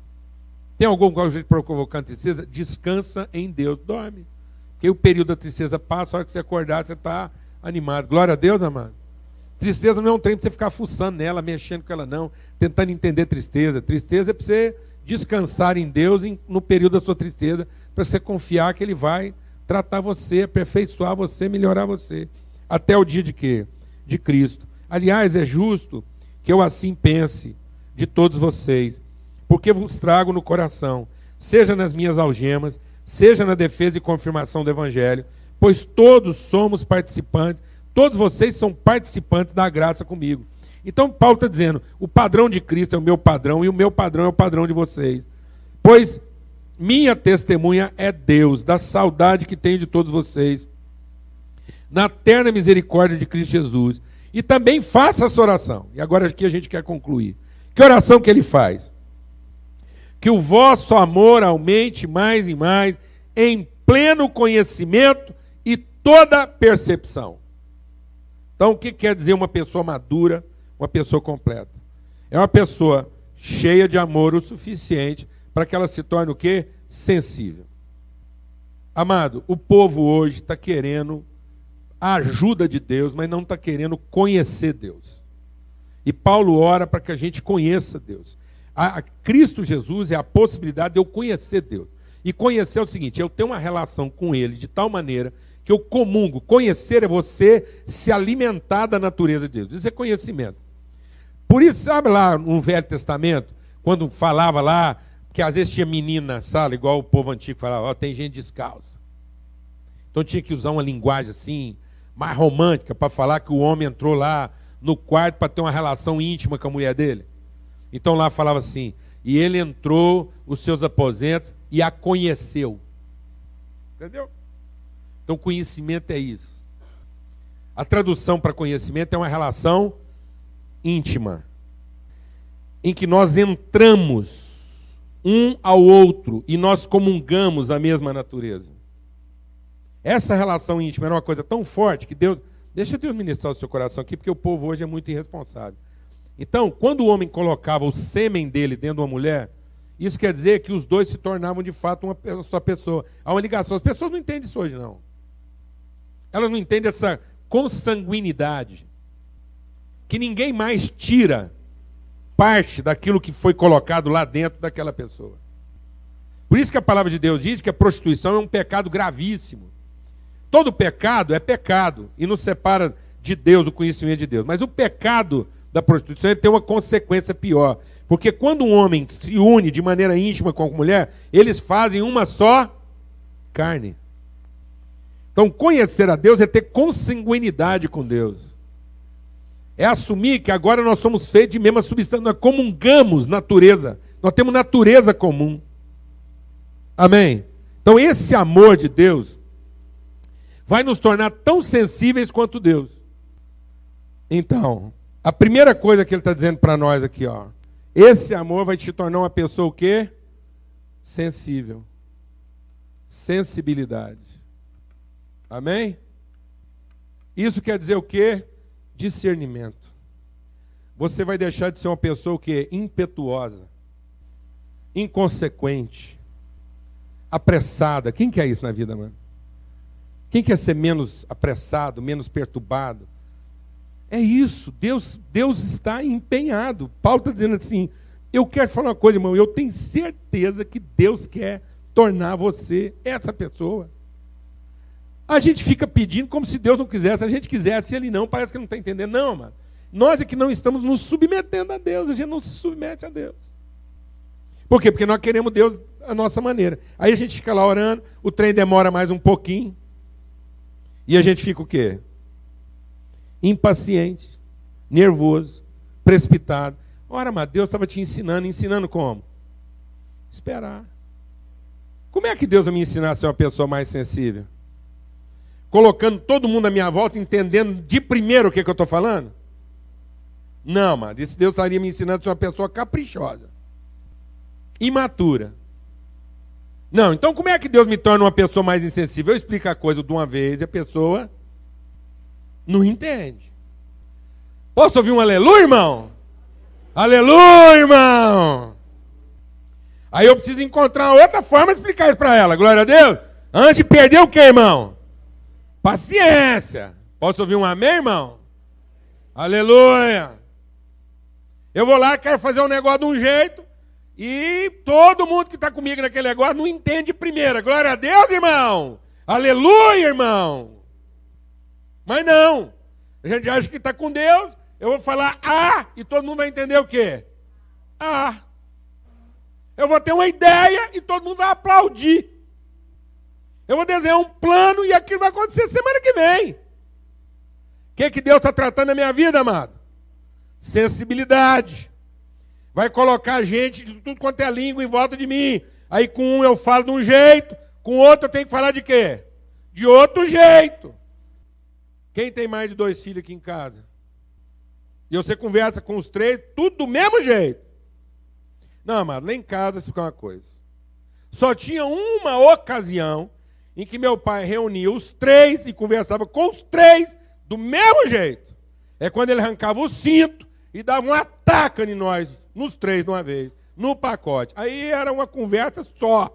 Tem algum jeito para provocar a tristeza? Descansa em Deus, dorme. Porque o período da tristeza passa, a hora que você acordar, você está animado. Glória a Deus, amado. Tristeza não é um trem para você ficar fuçando nela, mexendo com ela não, tentando entender tristeza. Tristeza é para você descansar em Deus no período da sua tristeza, para você confiar que Ele vai tratar você, aperfeiçoar você, melhorar você, até o dia de quê? De Cristo. Aliás, é justo que eu assim pense de todos vocês, porque vos trago no coração, seja nas minhas algemas, seja na defesa e confirmação do Evangelho, pois todos somos participantes, todos vocês são participantes da graça comigo. Então Paulo está dizendo, o padrão de Cristo é o meu padrão e o meu padrão é o padrão de vocês. Pois minha testemunha é Deus, da saudade que tenho de todos vocês, na terna misericórdia de Cristo Jesus. E também faça essa oração. E agora aqui a gente quer concluir. Que oração que ele faz? Que o vosso amor aumente mais e mais, em pleno conhecimento e toda percepção. Então, o que quer dizer uma pessoa madura, uma pessoa completa? É uma pessoa cheia de amor o suficiente para que ela se torne o quê? Sensível. Amado, o povo hoje está querendo a ajuda de Deus, mas não está querendo conhecer Deus. E Paulo ora para que a gente conheça Deus. A Cristo Jesus é a possibilidade de eu conhecer Deus. E conhecer é o seguinte, eu tenho uma relação com Ele de tal maneira que eu comungo. Conhecer é você se alimentar da natureza de Deus. Isso é conhecimento. Por isso, sabe lá no Velho Testamento, quando falava lá, que às vezes tinha menina na sala, igual o povo antigo falava, tem gente descalça. Então tinha que usar uma linguagem assim, mais romântica, para falar que o homem entrou lá no quarto para ter uma relação íntima com a mulher dele. Então lá falava assim, e ele entrou os seus aposentos e a conheceu. Entendeu? Então conhecimento é isso. A tradução para conhecimento é uma relação íntima, em que nós entramos um ao outro e nós comungamos a mesma natureza. Essa relação íntima era uma coisa tão forte que Deus... Deixa Deus ministrar o seu coração aqui, porque o povo hoje é muito irresponsável. Então, quando o homem colocava o sêmen dele dentro de uma mulher, isso quer dizer que os dois se tornavam de fato uma só pessoa. Há uma ligação. As pessoas não entendem isso hoje, não. Elas não entendem essa consanguinidade. Que ninguém mais tira parte daquilo que foi colocado lá dentro daquela pessoa. Por isso que a palavra de Deus diz que a prostituição é um pecado gravíssimo. Todo pecado é pecado e nos separa de Deus, o conhecimento de Deus. Mas o pecado da prostituição ele tem uma consequência pior. Porque quando um homem se une de maneira íntima com a mulher, eles fazem uma só carne. Então, conhecer a Deus é ter consanguinidade com Deus. É assumir que agora nós somos feitos de mesma substância, nós comungamos natureza, nós temos natureza comum. Amém? Então esse amor de Deus vai nos tornar tão sensíveis quanto Deus. Então, a primeira coisa que ele está dizendo para nós aqui, ó, esse amor vai te tornar uma pessoa o quê? Sensível. Sensibilidade. Amém? Isso quer dizer o quê? Discernimento. Você vai deixar de ser uma pessoa o quê? Impetuosa, inconsequente, apressada. Quem quer isso na vida, mano? Quem quer ser menos apressado, menos perturbado? É isso, Deus está empenhado. Paulo está dizendo assim, eu quero falar uma coisa, irmão, eu tenho certeza que Deus quer tornar você essa pessoa. A gente fica pedindo como se Deus não quisesse, se a gente quisesse, ele não, parece que não está entendendo. Não, mano, nós é que não estamos nos submetendo a Deus, a gente não se submete a Deus. Por quê? Porque nós queremos Deus a nossa maneira. Aí a gente fica lá orando, o trem demora mais um pouquinho, e a gente fica o quê? Impaciente, nervoso, precipitado. Ora, mas Deus estava te ensinando como? Esperar. Como é que Deus vai me ensinar a ser uma pessoa mais sensível? Colocando todo mundo à minha volta, entendendo de primeiro o que eu estou falando? Não, mas Deus estaria me ensinando a ser uma pessoa caprichosa, imatura. Não, então como é que Deus me torna uma pessoa mais insensível? Eu explico a coisa de uma vez e a pessoa não entende. Posso ouvir um aleluia, irmão? Aleluia, irmão! Aí eu preciso encontrar outra forma de explicar isso para ela. Glória a Deus. Antes de perder o quê, irmão? Paciência. Posso ouvir um amém, irmão? Aleluia! Eu vou lá, quero fazer um negócio de um jeito, e todo mundo que está comigo naquele negócio não entende primeiro. Glória a Deus, irmão! Aleluia, irmão! Mas não. A gente acha que está com Deus, eu vou falar e todo mundo vai entender o quê? Eu vou ter uma ideia e todo mundo vai aplaudir. Eu vou desenhar um plano e aquilo vai acontecer semana que vem. O que Deus está tratando na minha vida, amado? Sensibilidade. Vai colocar gente de tudo quanto é língua em volta de mim. Aí com um eu falo de um jeito, com o outro eu tenho que falar de quê? De outro jeito. Quem tem mais de 2 filhos aqui em casa? E você conversa com os 3, tudo do mesmo jeito. Não, amado, lá em casa isso fica uma coisa. Só tinha uma ocasião em que meu pai reunia os 3 e conversava com os 3 do mesmo jeito. É quando ele arrancava o cinto e dava um ataque em nós, nos 3 de uma vez, no pacote. Aí era uma conversa só.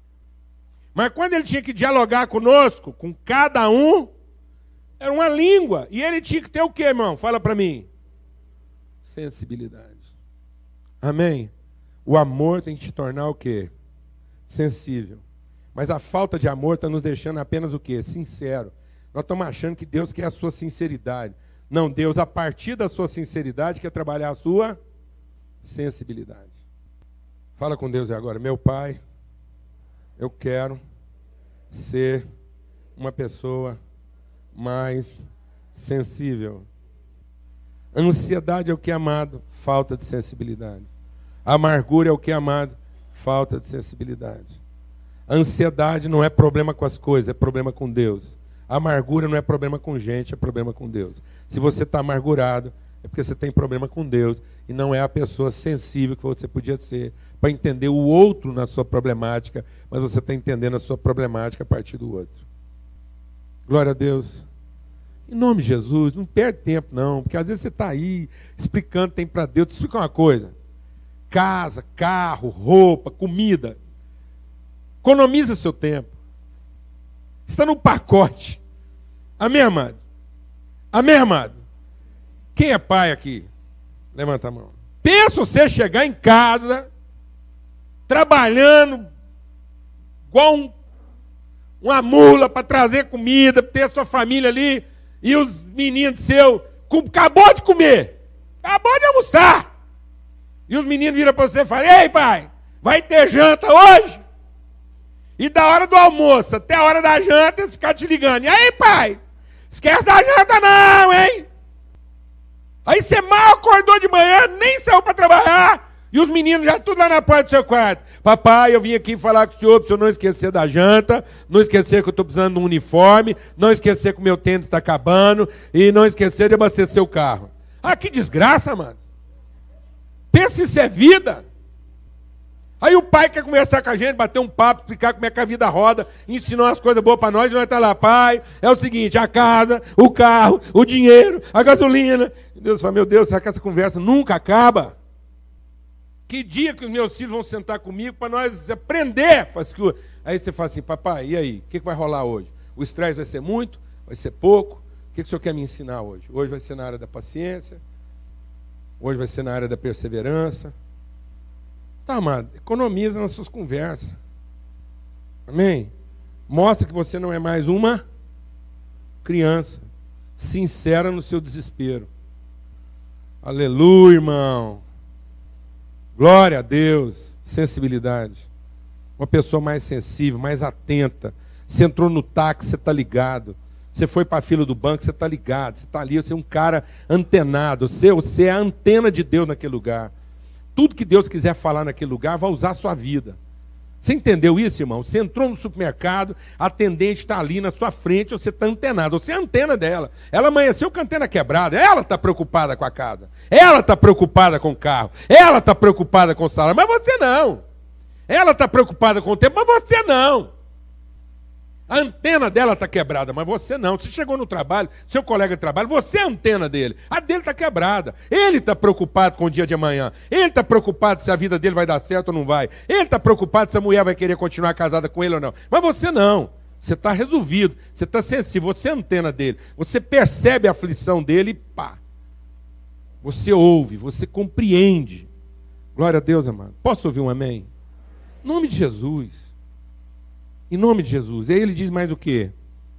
Mas quando ele tinha que dialogar conosco, com cada um, era uma língua. E ele tinha que ter o quê, irmão? Fala para mim. Sensibilidade. Amém? O amor tem que te tornar o quê? Sensível. Mas a falta de amor está nos deixando apenas o quê? Sincero. Nós estamos achando que Deus quer a sua sinceridade. Não, Deus, a partir da sua sinceridade, quer trabalhar a sua sensibilidade. Fala com Deus agora. Meu Pai, eu quero ser uma pessoa mais sensível. Ansiedade é o que é amado? Falta de sensibilidade. Amargura é o que é amado? Falta de sensibilidade. Ansiedade não é problema com as coisas, é problema com Deus. Amargura não é problema com gente, é problema com Deus. Se você está amargurado, é porque você tem problema com Deus e não é a pessoa sensível que você podia ser para entender o outro na sua problemática, mas você está entendendo a sua problemática a partir do outro. Glória a Deus. Em nome de Jesus, não perde tempo não, porque às vezes você está aí explicando, tem para Deus. Te explicar uma coisa. Casa, carro, roupa, comida. Economiza seu tempo. Está no pacote. Amém, amado? Amém, amado? Quem é pai aqui? Levanta a mão. Pensa você chegar em casa, trabalhando, igual uma mula para trazer comida, para ter a sua família ali, e os meninos seus, acabou de comer, acabou de almoçar. E os meninos viram para você e falam: ei, pai, vai ter janta hoje? E da hora do almoço até a hora da janta, eles ficam te ligando. E aí, pai? Esquece da janta não, hein? Aí você mal acordou de manhã, nem saiu para trabalhar. E os meninos já tudo lá na porta do seu quarto. Papai, eu vim aqui falar com o senhor, para o senhor não esquecer da janta, não esquecer que eu estou precisando de um uniforme, não esquecer que o meu tênis está acabando, e não esquecer de abastecer o carro. Ah, que desgraça, mano. Pensa se isso é vida. Aí o pai quer conversar com a gente, bater um papo, explicar como é que a vida roda, ensinar umas coisas boas para nós, e nós estamos lá, pai, é o seguinte, a casa, o carro, o dinheiro, a gasolina. E Deus fala, meu Deus, será que essa conversa nunca acaba? Que dia que os meus filhos vão sentar comigo para nós aprender? Aí você fala assim, papai, e aí? O que vai rolar hoje? O estresse vai ser muito? Vai ser pouco? O que o senhor quer me ensinar hoje? Hoje vai ser na área da paciência? Hoje vai ser na área da perseverança? Tá, amado, economiza nas suas conversas. Amém? Mostra que você não é mais uma criança. Sincera no seu desespero. Aleluia, irmão. Glória a Deus. Sensibilidade. Uma pessoa mais sensível, mais atenta. Você entrou no táxi, você está ligado. Você foi para a fila do banco, você está ligado. Você está ali, você é um cara antenado. Você é a antena de Deus naquele lugar. Tudo que Deus quiser falar naquele lugar vai usar a sua vida. Você entendeu isso, irmão? Você entrou no supermercado, a atendente está ali na sua frente, você está antenado, você é a antena dela. Ela amanheceu com a antena quebrada, ela está preocupada com a casa, ela está preocupada com o carro, ela está preocupada com o salário, mas você não. Ela está preocupada com o tempo, mas você não. A antena dela está quebrada, mas você não. Você chegou no trabalho, seu colega de trabalho, você é a antena dele. A dele está quebrada. Ele está preocupado com o dia de amanhã. Ele está preocupado se a vida dele vai dar certo ou não vai. Ele está preocupado se a mulher vai querer continuar casada com ele ou não. Mas você não. Você está resolvido. Você está sensível. Você é a antena dele. Você percebe a aflição dele e pá. Você ouve, você compreende. Glória a Deus, amado. Posso ouvir um amém? Em nome de Jesus. Em nome de Jesus. E aí ele diz mais o quê?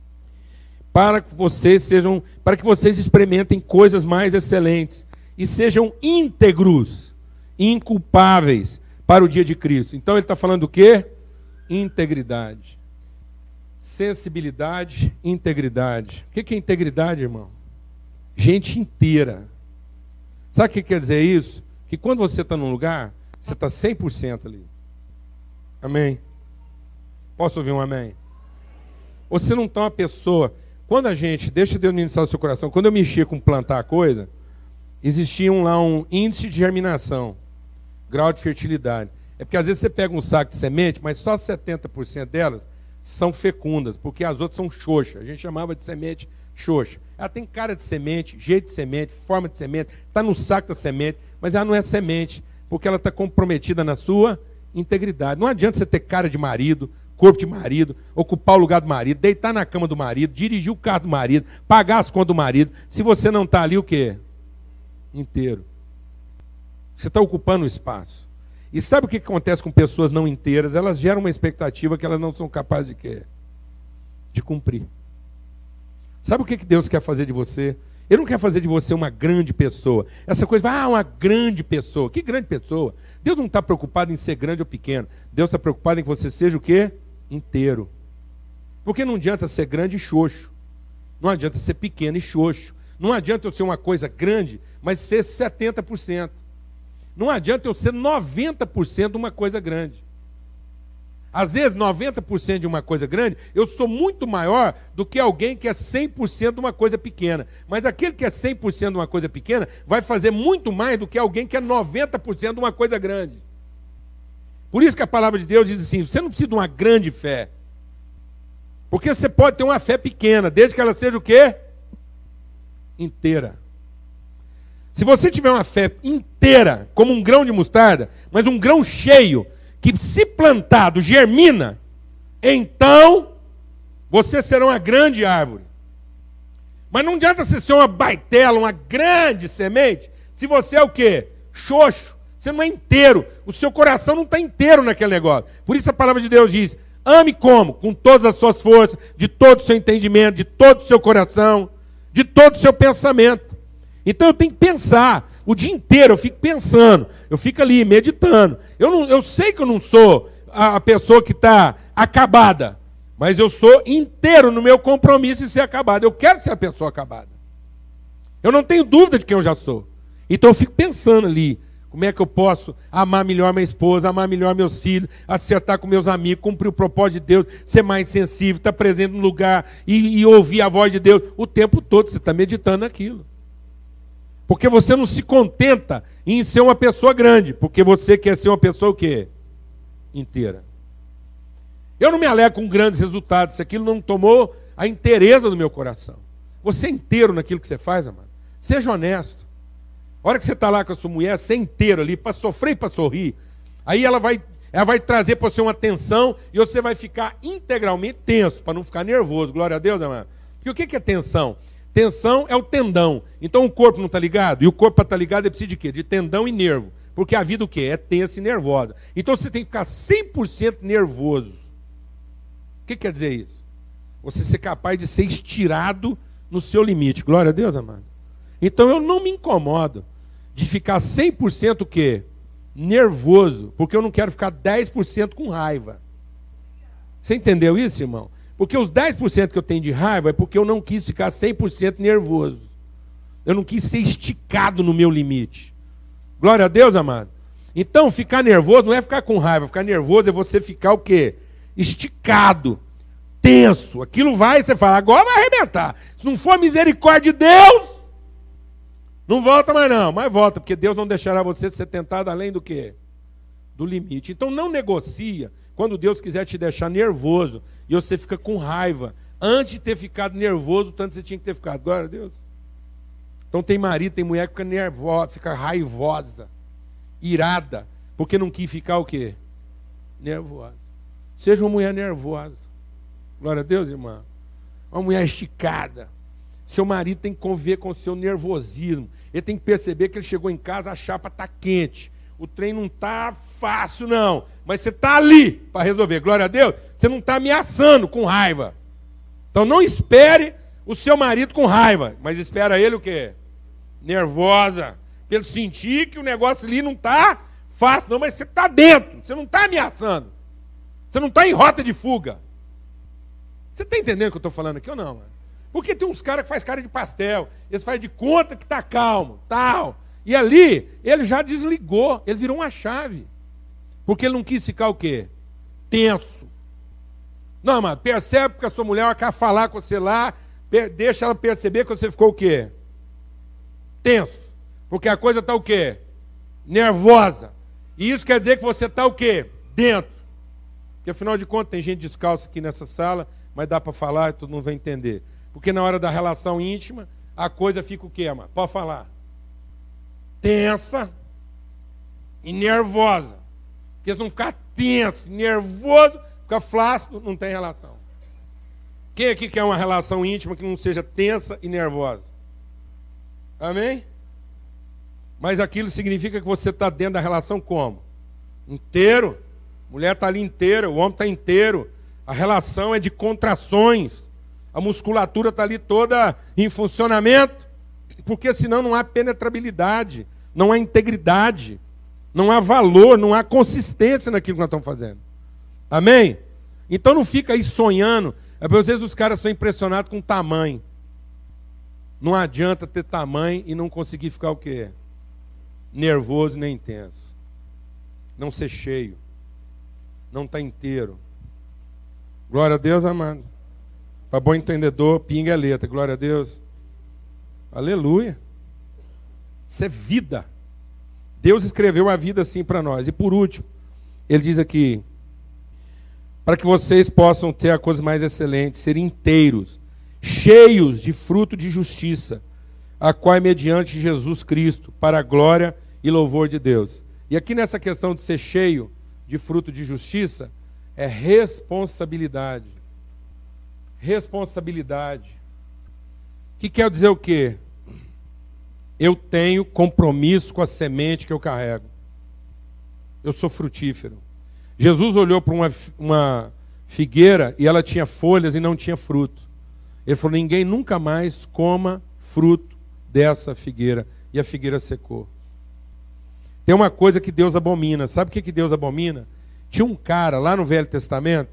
Para que vocês experimentem coisas mais excelentes e sejam íntegros, inculpáveis para o dia de Cristo. Então ele está falando do quê? Integridade. Sensibilidade, integridade. O que é integridade, irmão? Gente inteira. Sabe o que quer dizer isso? Que quando você está num lugar, você está 100% ali. Amém? Posso ouvir um amém? Você não está uma pessoa... Quando a gente... Deixa Deus ministrar o seu coração. Quando eu mexia com plantar coisa, existia lá um índice de germinação, grau de fertilidade. É porque às vezes você pega um saco de semente, mas só 70% delas são fecundas, porque as outras são xoxas. A gente chamava de semente xoxa. Ela tem cara de semente, jeito de semente, forma de semente, está no saco da semente, mas ela não é semente, porque ela está comprometida na sua integridade. Não adianta você ter cara de marido, corpo de marido, ocupar o lugar do marido, deitar na cama do marido, dirigir o carro do marido, pagar as contas do marido, se você não está ali o quê? Inteiro. Você está ocupando o espaço. E sabe o que acontece com pessoas não inteiras? Elas geram uma expectativa que elas não são capazes de quê? De cumprir. Sabe o que Deus quer fazer de você? Ele não quer fazer de você uma grande pessoa. Essa coisa, uma grande pessoa. Que grande pessoa? Deus não está preocupado em ser grande ou pequeno. Deus está preocupado em que você seja o quê? Inteiro. Porque não adianta ser grande e xoxo. Não adianta ser pequeno e xoxo. Não adianta eu ser uma coisa grande, mas ser 70%. Não adianta eu ser 90% de uma coisa grande. Às vezes, 90% de uma coisa grande, eu sou muito maior do que alguém que é 100% de uma coisa pequena. Mas aquele que é 100% de uma coisa pequena vai fazer muito mais do que alguém que é 90% de uma coisa grande. Por isso que a palavra de Deus diz assim, você não precisa de uma grande fé. Porque você pode ter uma fé pequena, desde que ela seja o quê? Inteira. Se você tiver uma fé inteira, como um grão de mostarda, mas um grão cheio, que se plantado germina, então você será uma grande árvore. Mas não adianta você ser uma baitela, uma grande semente, se você é o quê? Xoxo. Você não é inteiro. O seu coração não está inteiro naquele negócio. Por isso a palavra de Deus diz, ame como? Com todas as suas forças, de todo o seu entendimento, de todo o seu coração, de todo o seu pensamento. Então eu tenho que pensar. O dia inteiro eu fico pensando, eu fico ali meditando. Eu sei que eu não sou a pessoa que está acabada, mas eu sou inteiro no meu compromisso em ser acabado. Eu quero ser a pessoa acabada. Eu não tenho dúvida de quem eu já sou. Então eu fico pensando ali, Como é que eu posso amar melhor minha esposa, amar melhor meus filhos, acertar com meus amigos, cumprir o propósito de Deus, ser mais sensível, estar presente no lugar e ouvir a voz de Deus o tempo todo. Você está meditando naquilo. Porque você não se contenta em ser uma pessoa grande, porque você quer ser uma pessoa o quê? Inteira. Eu não me alegro com grandes resultados, se aquilo não tomou a inteireza do meu coração. Você é inteiro naquilo que você faz, amado. Seja honesto. A hora que você está lá com a sua mulher, você é inteiro ali, para sofrer e para sorrir. Aí ela vai trazer para você uma tensão e você vai ficar integralmente tenso, para não ficar nervoso. Glória a Deus, amado. Porque o que é tensão? Tensão é o tendão. Então o corpo não está ligado? E o corpo para estar ligado é preciso de quê? De tendão e nervo. Porque a vida o quê? É tensa e nervosa. Então você tem que ficar 100% nervoso. O que quer dizer isso? Você ser capaz de ser estirado no seu limite. Glória a Deus, amado. Então eu não me incomodo de ficar 100% o quê? Nervoso. Porque eu não quero ficar 10% com raiva. Você entendeu isso, irmão? Porque os 10% que eu tenho de raiva é porque eu não quis ficar 100% nervoso. Eu não quis ser esticado no meu limite. Glória a Deus, amado. Então, ficar nervoso não é ficar com raiva. Ficar nervoso é você ficar o quê? Esticado, tenso. Aquilo vai, você fala, agora vai arrebentar. Se não for misericórdia de Deus, não volta mais não. Mas volta, porque Deus não deixará você ser tentado além do quê? Do limite. Então, não negocia quando Deus quiser te deixar nervoso e você fica com raiva, antes de ter ficado nervoso, tanto você tinha que ter ficado. Glória a Deus. Então tem marido, tem mulher que fica nervosa, fica raivosa, irada, porque não quis ficar o quê? Nervosa. Seja uma mulher nervosa. Glória a Deus, irmã. Uma mulher esticada. Seu marido tem que conviver com o seu nervosismo. Ele tem que perceber que ele chegou em casa, a chapa está quente. O trem não está fácil, não. Mas você está ali para resolver. Glória a Deus. Você não está ameaçando com raiva. Então não espere o seu marido com raiva. Mas espera ele o quê? Nervosa. Para ele sentir que o negócio ali não está fácil. Não, mas você está dentro. Você não está ameaçando. Você não está em rota de fuga. Você está entendendo o que eu estou falando aqui ou não? Mano? Porque tem uns caras que fazem cara de pastel. Eles fazem de conta que está calmo. Tal. E ali, ele já desligou, ele virou uma chave. Porque ele não quis ficar o quê? Tenso. Não, amado, percebe que a sua mulher quer falar com você lá, deixa ela perceber que você ficou o quê? Tenso. Porque a coisa está o quê? Nervosa. E isso quer dizer que você está o quê? Dentro. Porque afinal de contas tem gente descalça aqui nessa sala, mas dá para falar e todo mundo vai entender. Porque na hora da relação íntima, a coisa fica o quê, amado? Pode falar. Tensa e nervosa. Porque se não ficar tenso, nervoso, ficar flácido, não tem relação. Quem aqui quer uma relação íntima que não seja tensa e nervosa? Amém? Mas aquilo significa que você está dentro da relação como? Inteiro. A mulher está ali inteira, o homem está inteiro. A relação é de contrações. A musculatura está ali toda em funcionamento. Porque senão não há penetrabilidade, não há integridade, não há valor, não há consistência naquilo que nós estamos fazendo. Amém? Então não fica aí sonhando. Às vezes os caras são impressionados com o tamanho. Não adianta ter tamanho e não conseguir ficar o quê? Nervoso nem intenso. Não ser cheio. Não estar inteiro. Glória a Deus, amado. Para bom entendedor, pinga é letra. Glória a Deus. Aleluia. Isso é vida. Deus escreveu a vida assim para nós. E por último, ele diz aqui, para que vocês possam ter a coisa mais excelente, ser inteiros, cheios de fruto de justiça, a qual é mediante Jesus Cristo, para a glória e louvor de Deus. E aqui nessa questão de ser cheio de fruto de justiça, é responsabilidade. Responsabilidade. Que quer dizer o quê? Eu tenho compromisso com a semente que eu carrego. Eu sou frutífero. Jesus olhou para uma figueira e ela tinha folhas e não tinha fruto. Ele falou, ninguém nunca mais coma fruto dessa figueira. E a figueira secou. Tem uma coisa que Deus abomina. Sabe o que Deus abomina? Tinha um cara lá no Velho Testamento,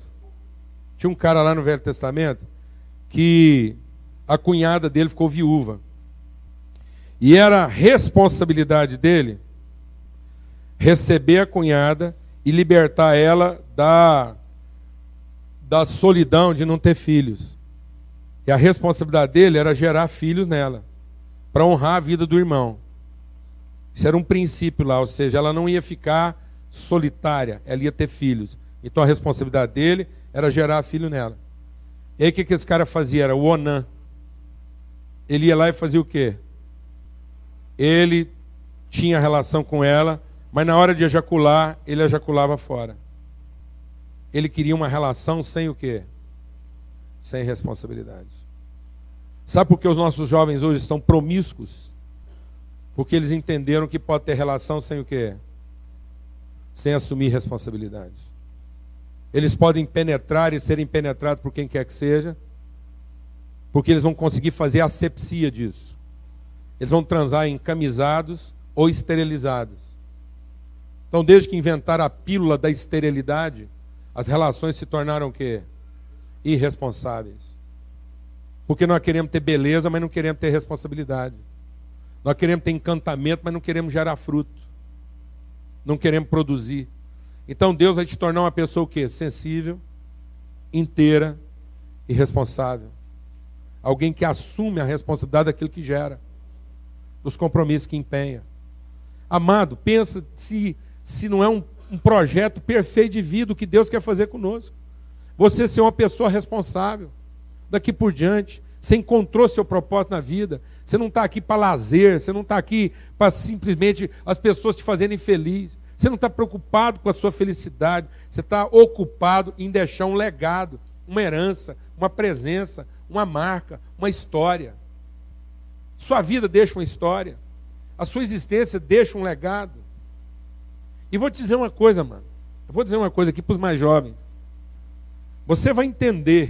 que a cunhada dele ficou viúva. E era responsabilidade dele receber a cunhada e libertar ela da solidão de não ter filhos. E a responsabilidade dele era gerar filhos nela, para honrar a vida do irmão. Isso era um princípio lá, ou seja, ela não ia ficar solitária, ela ia ter filhos. Então a responsabilidade dele era gerar filho nela. E aí o que esse cara fazia? Era o Onã. Ele ia lá e fazia o quê? Ele tinha relação com ela, mas na hora de ejacular, ele ejaculava fora. Ele queria uma relação sem o quê? Sem responsabilidade. Sabe por que os nossos jovens hoje são promíscuos? Porque eles entenderam que pode ter relação sem o quê? Sem assumir responsabilidade. Eles podem penetrar e serem penetrados por quem quer que seja, porque eles vão conseguir fazer asepsia disso. Eles vão transar encamisados ou esterilizados. Então, desde que inventaram a pílula da esterilidade, as relações se tornaram o quê? Irresponsáveis. Porque nós queremos ter beleza, mas não queremos ter responsabilidade. Nós queremos ter encantamento, mas não queremos gerar fruto. Não queremos produzir. Então Deus vai te tornar uma pessoa o quê? Sensível, inteira e responsável. Alguém que assume a responsabilidade daquilo que gera, dos compromissos que empenha. Amado, pensa se não é um projeto perfeito de vida o que Deus quer fazer conosco. Você ser uma pessoa responsável. Daqui por diante, você encontrou seu propósito na vida. Você não está aqui para lazer, você não está aqui para simplesmente as pessoas te fazerem feliz. Você não está preocupado com a sua felicidade. Você está ocupado em deixar um legado, uma herança, uma presença, uma marca, uma história. Sua vida deixa uma história. A sua existência deixa um legado. E vou te dizer uma coisa, mano. Eu vou dizer uma coisa aqui para os mais jovens. Você vai entender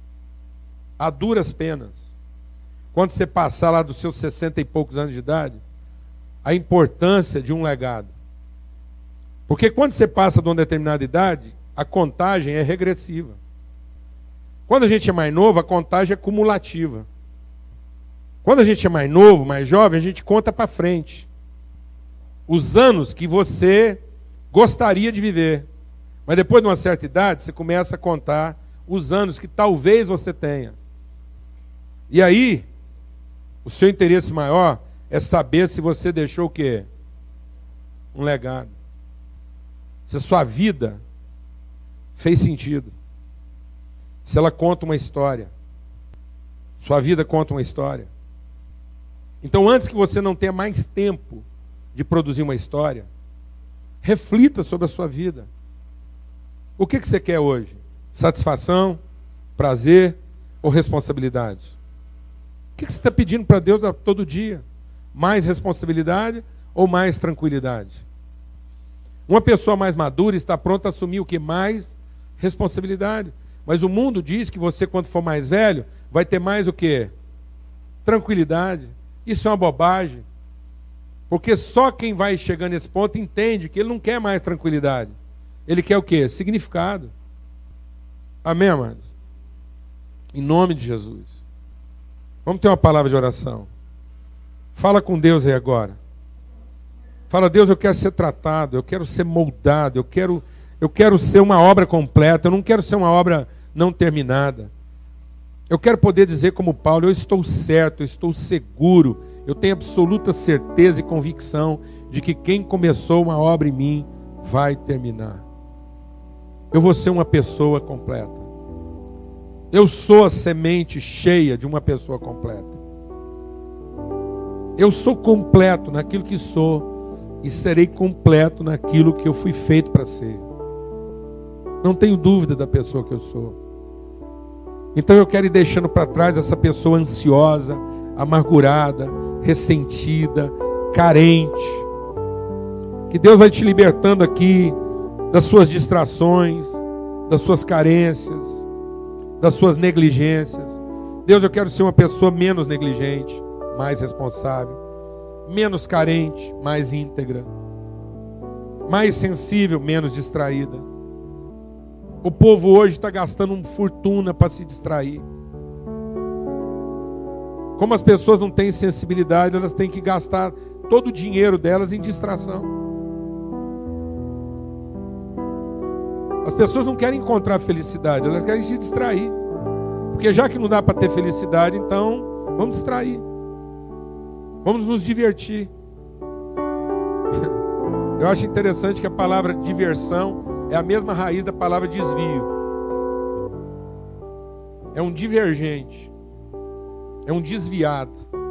a duras penas, quando você passar lá dos seus 60 e poucos anos de idade, a importância de um legado. Porque quando você passa de uma determinada idade, a contagem é regressiva. Quando a gente é mais novo, a contagem é cumulativa. Quando a gente é mais novo, mais jovem, a gente conta para frente. Os anos que você gostaria de viver. Mas depois de uma certa idade, você começa a contar os anos que talvez você tenha. E aí, o seu interesse maior é saber se você deixou o quê? Um legado. Se a sua vida fez sentido. Se ela conta uma história. Sua vida conta uma história. Então, antes que você não tenha mais tempo de produzir uma história, reflita sobre a sua vida. O que você quer hoje? Satisfação, prazer ou responsabilidade? O que você está pedindo para Deus todo dia? Mais responsabilidade ou mais tranquilidade? Uma pessoa mais madura está pronta a assumir o que? Mais responsabilidade. Mas o mundo diz que você, quando for mais velho, vai ter mais o quê? Tranquilidade. Isso é uma bobagem. Porque só quem vai chegando nesse ponto entende que ele não quer mais tranquilidade. Ele quer o quê? Significado. Amém, amados? Em nome de Jesus. Vamos ter uma palavra de oração. Fala com Deus aí agora. Fala, Deus, eu quero ser tratado, eu quero ser moldado, eu quero ser uma obra completa, eu não quero ser uma obra não terminada. Eu quero poder dizer como Paulo, eu estou certo, eu estou seguro, eu tenho absoluta certeza e convicção de que quem começou uma obra em mim vai terminar. Eu vou ser uma pessoa completa. Eu sou a semente cheia de uma pessoa completa. Eu sou completo naquilo que sou e serei completo naquilo que eu fui feito para ser. Não tenho dúvida da pessoa que eu sou. Então eu quero ir deixando para trás essa pessoa ansiosa, amargurada, ressentida, carente. Que Deus vai te libertando aqui das suas distrações, das suas carências, das suas negligências. Deus, eu quero ser uma pessoa menos negligente, mais responsável, menos carente, mais íntegra, mais sensível, menos distraída. O povo hoje está gastando uma fortuna para se distrair. Como as pessoas não têm sensibilidade, elas têm que gastar todo o dinheiro delas em distração. As pessoas não querem encontrar felicidade, elas querem se distrair. Porque já que não dá para ter felicidade, então vamos distrair. Vamos nos divertir. Eu acho interessante que a palavra diversão é a mesma raiz da palavra desvio. É um divergente. É um desviado.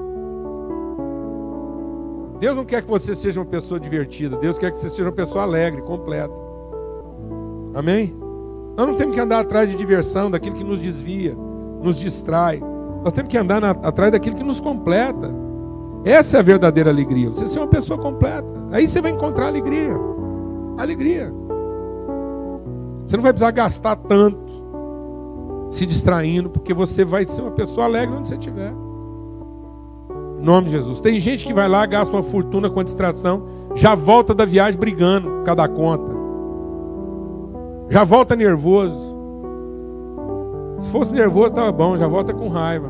Deus não quer que você seja uma pessoa divertida. Deus quer que você seja uma pessoa alegre, completa. Amém? Nós não temos que andar atrás de diversão, daquilo que nos desvia, nos distrai. Nós temos que andar atrás daquilo que nos completa. Essa é a verdadeira alegria. Você ser uma pessoa completa. Aí você vai encontrar alegria. Alegria. Você não vai precisar gastar tanto se distraindo, porque você vai ser uma pessoa alegre onde você estiver. Em nome de Jesus. Tem gente que vai lá, gasta uma fortuna com a distração, já volta da viagem brigando por causa da conta. Já volta nervoso. Se fosse nervoso estava bom, já volta com raiva.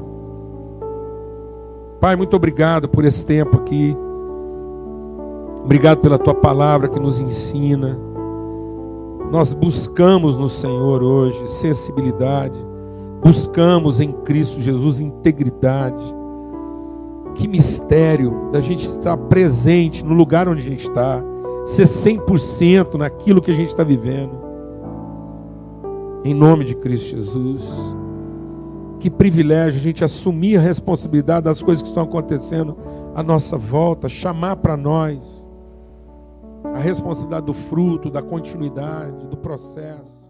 Pai, muito obrigado por esse tempo aqui. Obrigado pela tua palavra que nos ensina. Nós buscamos no Senhor hoje sensibilidade. Buscamos em Cristo Jesus integridade. Que mistério da gente estar presente no lugar onde a gente está. Ser 100% naquilo que a gente está vivendo. Em nome de Cristo Jesus. Que privilégio a gente assumir a responsabilidade das coisas que estão acontecendo à nossa volta. Chamar para nós a responsabilidade do fruto, da continuidade, do processo.